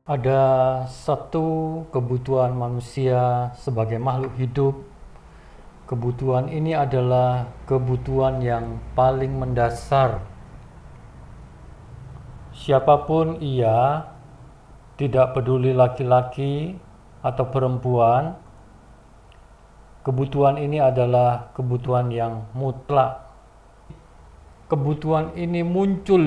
Ada satu kebutuhan manusia sebagai makhluk hidup. Kebutuhan ini adalah kebutuhan yang paling mendasar. Siapapun ia, tidak peduli laki-laki atau perempuan, kebutuhan ini adalah kebutuhan yang mutlak. Kebutuhan ini muncul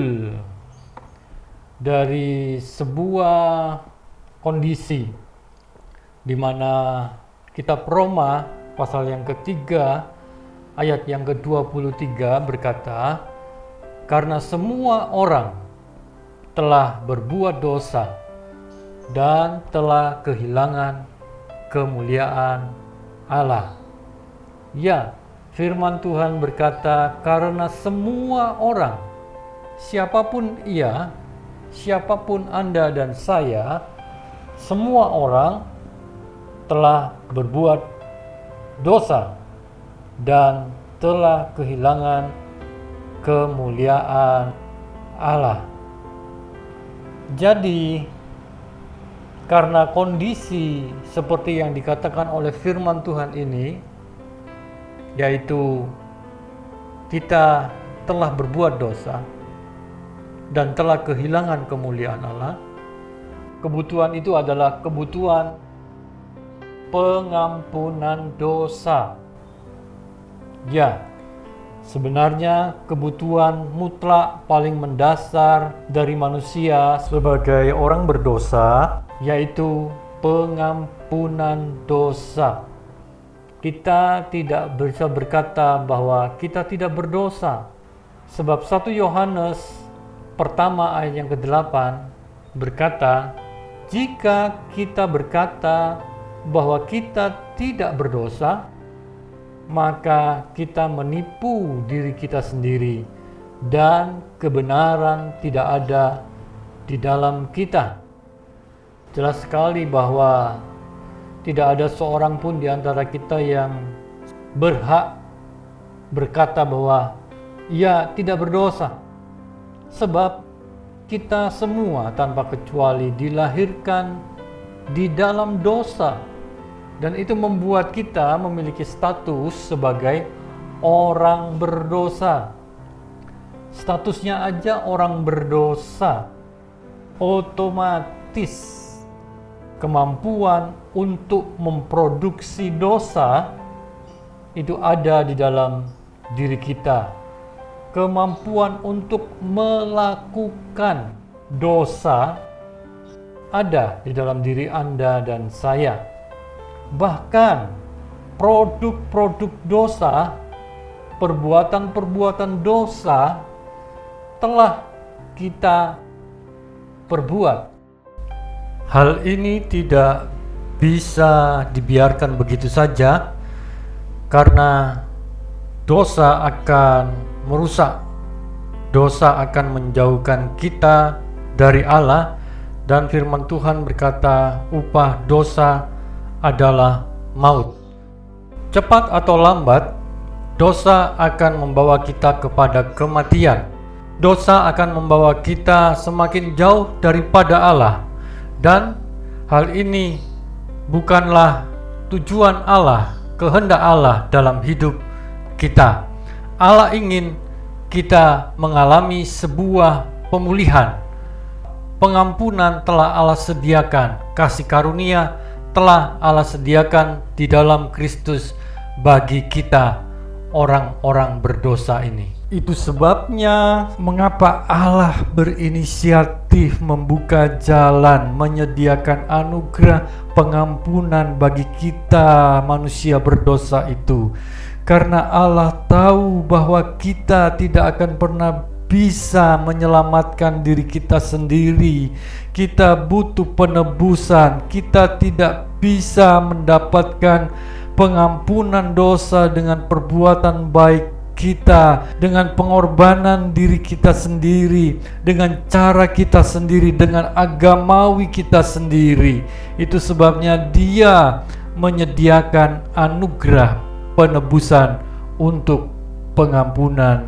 dari sebuah kondisi di mana kitab Roma pasal yang ketiga ayat yang ke-23 berkata, karena semua orang telah berbuat dosa dan telah kehilangan kemuliaan Allah. Ya, firman Tuhan berkata, karena semua orang, siapapun ia, siapapun Anda dan saya, semua orang telah berbuat dosa dan telah kehilangan kemuliaan Allah. Jadi, karena kondisi seperti yang dikatakan oleh firman Tuhan ini, yaitu kita telah berbuat dosa dan telah kehilangan kemuliaan Allah, kebutuhan itu adalah kebutuhan pengampunan dosa. Ya, sebenarnya kebutuhan mutlak paling mendasar dari manusia sebagai orang berdosa yaitu pengampunan dosa. Kita tidak bisa berkata bahwa kita tidak berdosa, sebab 1 Yohanes pertama ayat yang ke-8 berkata, jika kita berkata bahwa kita tidak berdosa, maka kita menipu diri kita sendiri dan kebenaran tidak ada di dalam kita. Jelas sekali bahwa tidak ada seorang pun di antara kita yang berhak berkata bahwa ia tidak berdosa. Sebab kita semua tanpa kecuali dilahirkan di dalam dosa. Dan itu membuat kita memiliki status sebagai orang berdosa. Statusnya aja orang berdosa. Otomatis kemampuan untuk memproduksi dosa itu ada di dalam diri kita. Kemampuan untuk melakukan dosa ada di dalam diri Anda dan saya. Bahkan produk-produk dosa, perbuatan-perbuatan dosa telah kita perbuat. Hal ini tidak bisa dibiarkan begitu saja, karena dosa akan merusak. Dosa akan menjauhkan kita dari Allah, dan firman Tuhan berkata, upah dosa adalah maut. Cepat atau lambat, dosa akan membawa kita kepada kematian. Dosa akan membawa kita semakin jauh daripada Allah. Dan hal ini bukanlah tujuan Allah, kehendak Allah dalam hidup kita. Allah ingin kita mengalami sebuah pemulihan. Pengampunan telah Allah sediakan, kasih karunia telah Allah sediakan di dalam Kristus bagi kita orang-orang berdosa ini. Itu sebabnya mengapa Allah berinisiatif membuka jalan, menyediakan anugerah pengampunan bagi kita manusia berdosa itu. Karena Allah tahu bahwa kita tidak akan pernah bisa menyelamatkan diri kita sendiri. Kita butuh penebusan. Kita tidak bisa mendapatkan pengampunan dosa dengan perbuatan baik kita, dengan pengorbanan diri kita sendiri, dengan cara kita sendiri, dengan agamawi kita sendiri. Itu sebabnya Dia menyediakan anugerah penebusan untuk pengampunan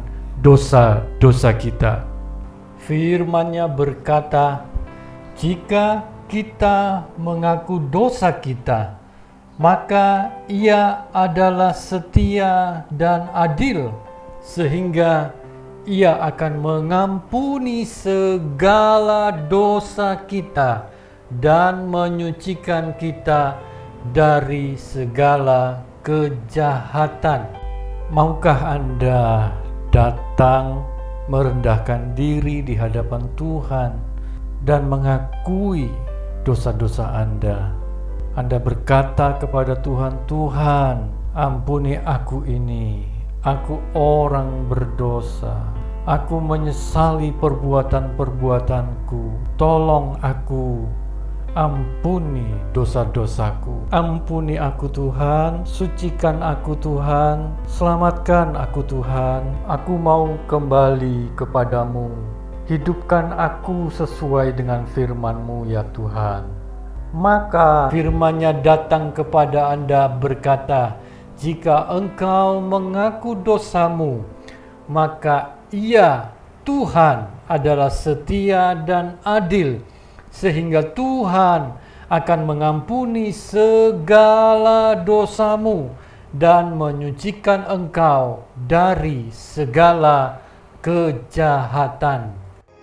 dosa-dosa kita. Firman-Nya berkata, jika kita mengaku dosa kita, maka Ia adalah setia dan adil, sehingga Ia akan mengampuni segala dosa kita dan menyucikan kita dari segala kejahatan. Maukah Anda datang merendahkan diri di hadapan Tuhan dan mengakui dosa-dosa Anda? Anda berkata kepada Tuhan, "Tuhan, ampuni aku ini. Aku orang berdosa. Aku menyesali perbuatan-perbuatanku. Tolong aku, ampuni dosa-dosaku. Ampuni aku Tuhan, sucikan aku Tuhan, selamatkan aku Tuhan. Aku mau kembali kepadamu. Hidupkan aku sesuai dengan firman-Mu ya Tuhan." Maka firman-Nya datang kepada Anda berkata, "Jika engkau mengaku dosamu, maka Ia, Tuhan, adalah setia dan adil, sehingga Tuhan akan mengampuni segala dosamu dan menyucikan engkau dari segala kejahatan."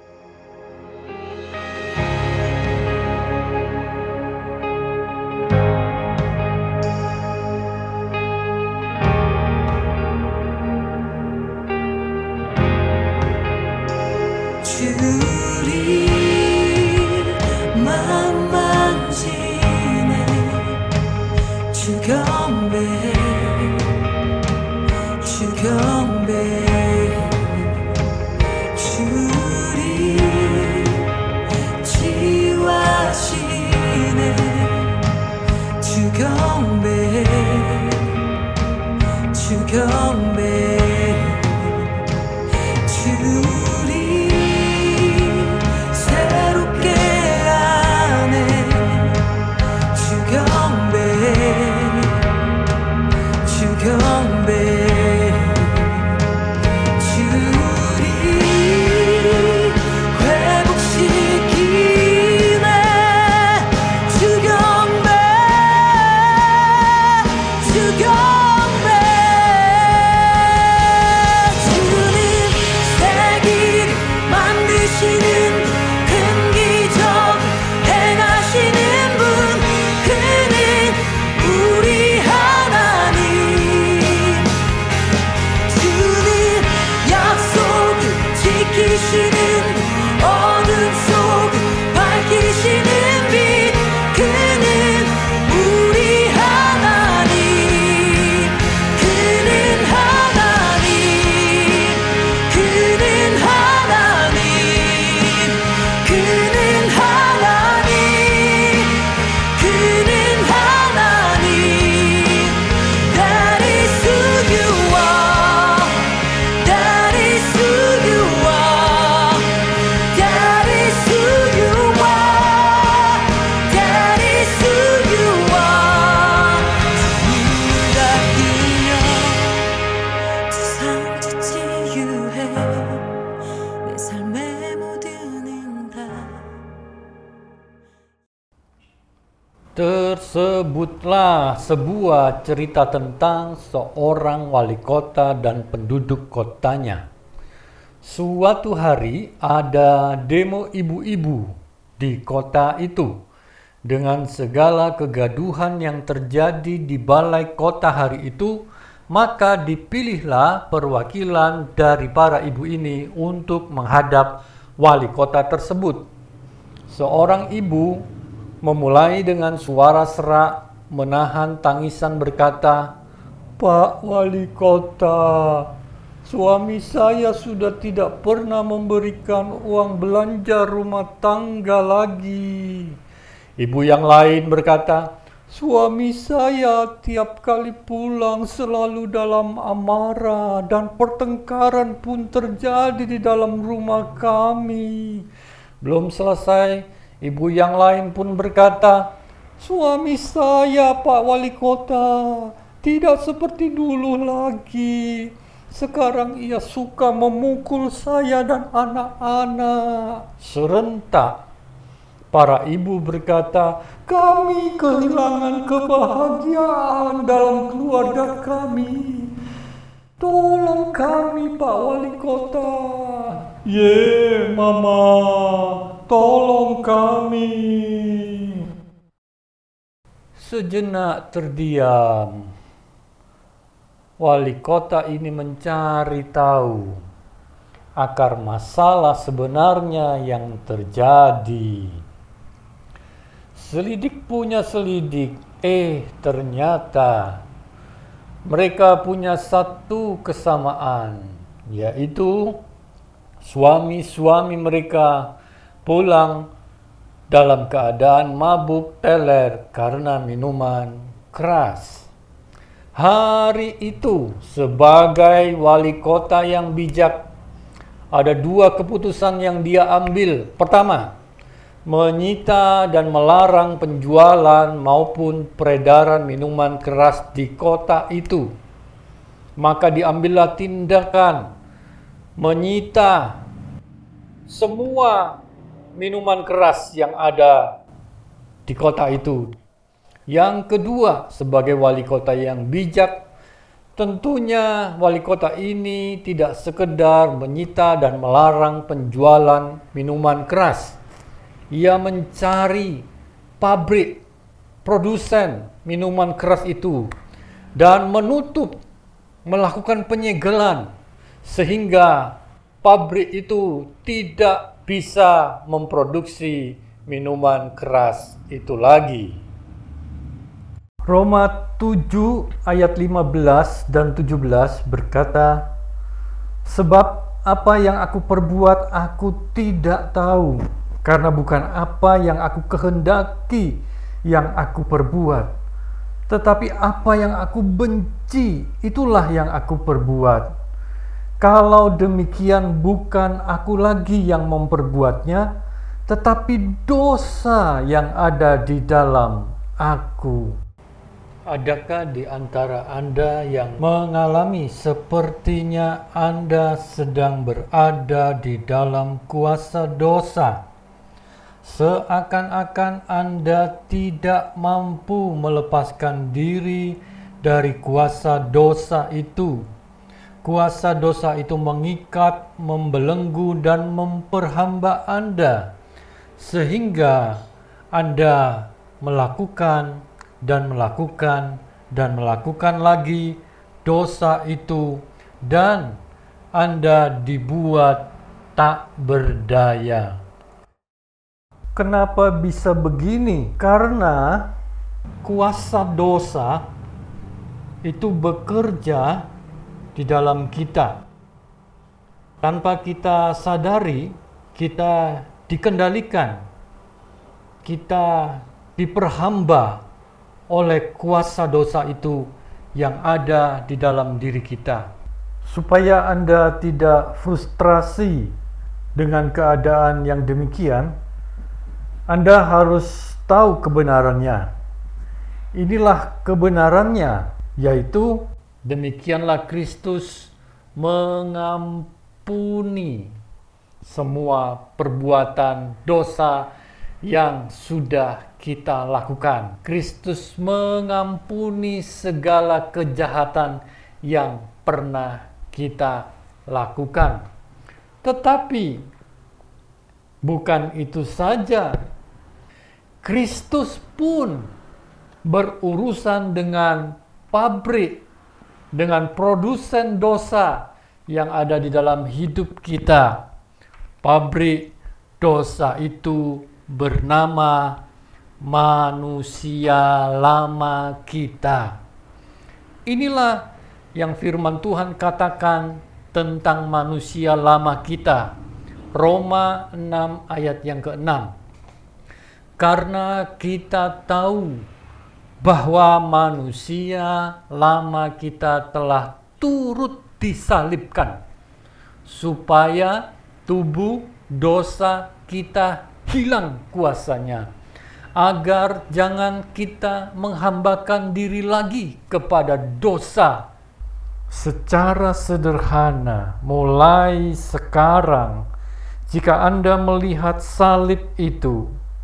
주리 맘 만지네 주 경배 주리 지와시네 주 경배 Tersebutlah sebuah cerita tentang seorang wali kota dan penduduk kotanya. Suatu hari ada demo ibu-ibu di kota itu. Dengan segala kegaduhan yang terjadi di balai kota hari itu, maka dipilihlah perwakilan dari para ibu ini untuk menghadap wali kota tersebut. Seorang ibu memulai dengan suara serak, menahan tangisan berkata, "Pak Wali Kota, suami saya sudah tidak pernah memberikan uang belanja rumah tangga lagi." Ibu yang lain berkata, "Suami saya tiap kali pulang selalu dalam amarah dan pertengkaran pun terjadi di dalam rumah kami." Belum selesai, ibu yang lain pun berkata, "Suami saya, Pak Wali Kota, tidak seperti dulu lagi. Sekarang ia suka memukul saya dan anak-anak." Serentak, Para ibu berkata, "Kami kehilangan kebahagiaan dalam keluarga kami. Tolong kami, Pak Wali Kota." "Ye, Mama, tolong kami." Sejenak terdiam. Wali kota ini mencari tahu akar masalah sebenarnya yang terjadi. Selidik punya selidik, ternyata mereka punya satu kesamaan, yaitu suami-suami mereka pulang dalam keadaan mabuk teler karena minuman keras. Hari itu, sebagai wali kota yang bijak, ada dua keputusan yang dia ambil. Pertama, menyita dan melarang penjualan maupun peredaran minuman keras di kota itu. Maka diambillah tindakan menyita semua minuman keras yang ada di kota itu. Yang kedua, sebagai wali kota yang bijak, tentunya wali kota ini tidak sekedar menyita dan melarang penjualan minuman keras. Ia mencari pabrik produsen minuman keras itu dan melakukan penyegelan sehingga pabrik itu tidak bisa memproduksi minuman keras itu lagi. Roma 7 ayat 15 dan 17 berkata, "Sebab apa yang aku perbuat aku tidak tahu, karena bukan apa yang aku kehendaki yang aku perbuat, tetapi apa yang aku benci itulah yang aku perbuat. Kalau demikian bukan aku lagi yang memperbuatnya, tetapi dosa yang ada di dalam aku." Adakah di antara Anda yang mengalami sepertinya Anda sedang berada di dalam kuasa dosa? Seakan-akan Anda tidak mampu melepaskan diri dari kuasa dosa itu. Kuasa dosa itu mengikat, membelenggu, dan memperhamba Anda, sehingga Anda melakukan lagi dosa itu, dan Anda dibuat tak berdaya. Kenapa bisa begini? Karena kuasa dosa itu bekerja di dalam kita. Tanpa kita sadari, kita dikendalikan, kita diperhamba oleh kuasa dosa itu yang ada di dalam diri kita. Supaya Anda tidak frustrasi dengan keadaan yang demikian, Anda harus tahu kebenarannya. Inilah kebenarannya, yaitu demikianlah Kristus mengampuni semua perbuatan dosa yang sudah kita lakukan. Kristus mengampuni segala kejahatan yang pernah kita lakukan. Tetapi bukan itu saja. Kristus pun berurusan dengan pabrik, dengan produsen dosa yang ada di dalam hidup kita. Pabrik dosa itu bernama manusia lama kita. Inilah yang firman Tuhan katakan tentang manusia lama kita. Roma 6 ayat yang ke-6. Karena kita tahu bahwa manusia lama kita telah turut disalibkan, supaya tubuh dosa kita hilang kuasanya, agar jangan kita menghambakan diri lagi kepada dosa. Secara sederhana, mulai sekarang, jika Anda melihat salib itu,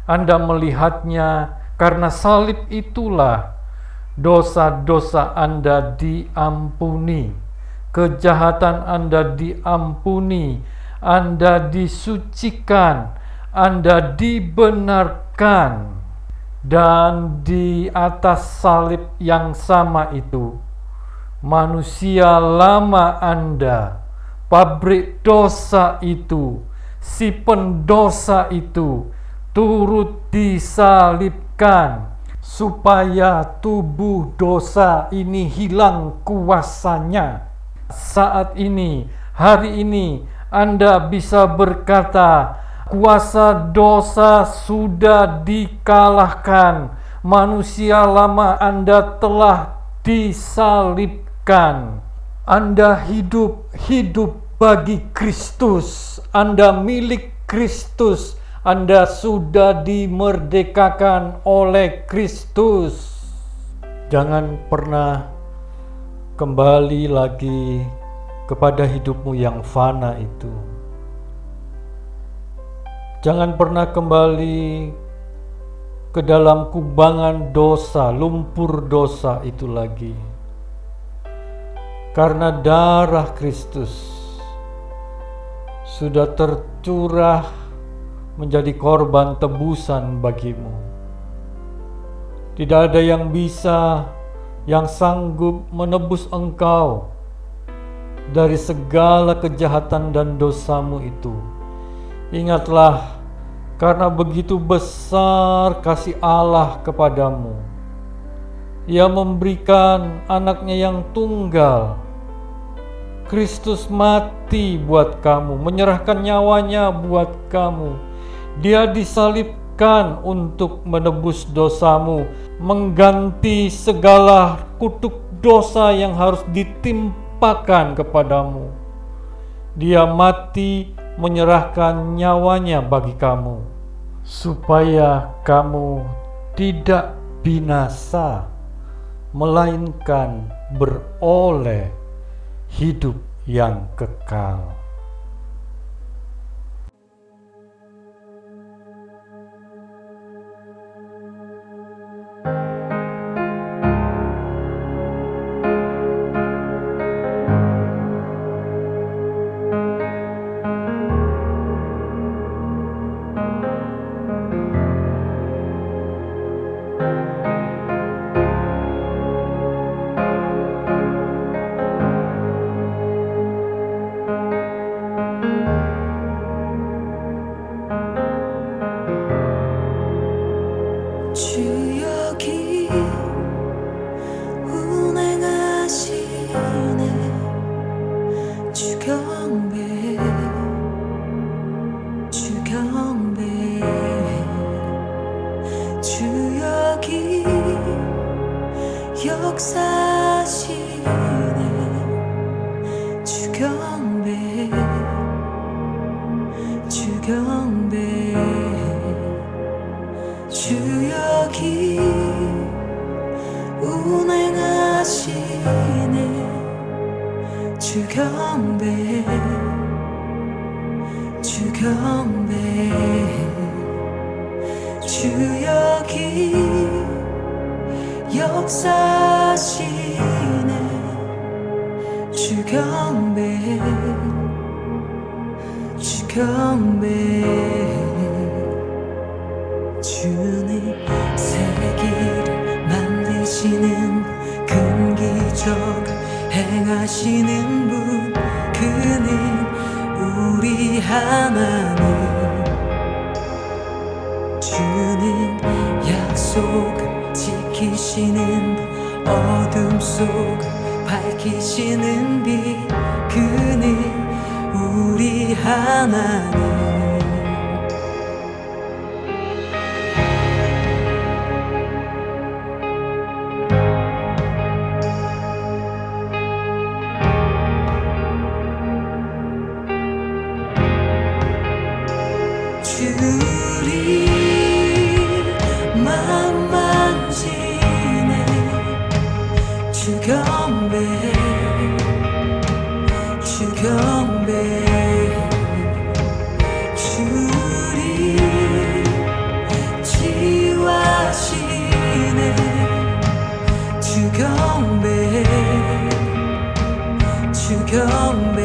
Anda melihatnya karena salib itulah dosa-dosa Anda diampuni, kejahatan Anda diampuni, Anda disucikan, Anda dibenarkan. Dan di atas salib yang sama itu, manusia lama Anda, pabrik dosa itu, si pendosa itu, turut disalibkan, supaya tubuh dosa ini hilang kuasanya. Saat ini, hari ini, Anda bisa berkata, kuasa dosa sudah dikalahkan. Manusia lama Anda telah disalibkan. Anda hidup bagi Kristus. Anda milik Kristus. Anda sudah dimerdekakan oleh Kristus. Jangan pernah kembali lagi kepada hidupmu yang fana itu. Jangan pernah kembali ke dalam kubangan dosa, lumpur dosa itu lagi. Karena darah Kristus sudah tercurah menjadi korban tebusan bagimu. Tidak ada yang sanggup menebus engkau dari segala kejahatan dan dosamu itu. Ingatlah, karena begitu besar kasih Allah kepadamu, Ia memberikan anaknya yang tunggal. Kristus mati buat kamu, menyerahkan nyawanya buat kamu. Dia disalibkan untuk menebus dosamu, mengganti segala kutuk dosa yang harus ditimpakan kepadamu. Dia mati menyerahkan nyawanya bagi kamu, supaya kamu tidak binasa, melainkan beroleh hidup yang kekal. 주 여기 운행하시네 주 경배 주 여기 역사하시네 주 경배 주 여기 운행하시네 주 경배 주 여기 역사하시네 주 경배 주님 세계를 만드시는 큰 기적 행하시는 분 그는 우리 하나님 주는 약속 지키시는 분 어둠 속 밝히시는 빛 그는 우리 하나님 주리 맘 만지네 주 경배 주 come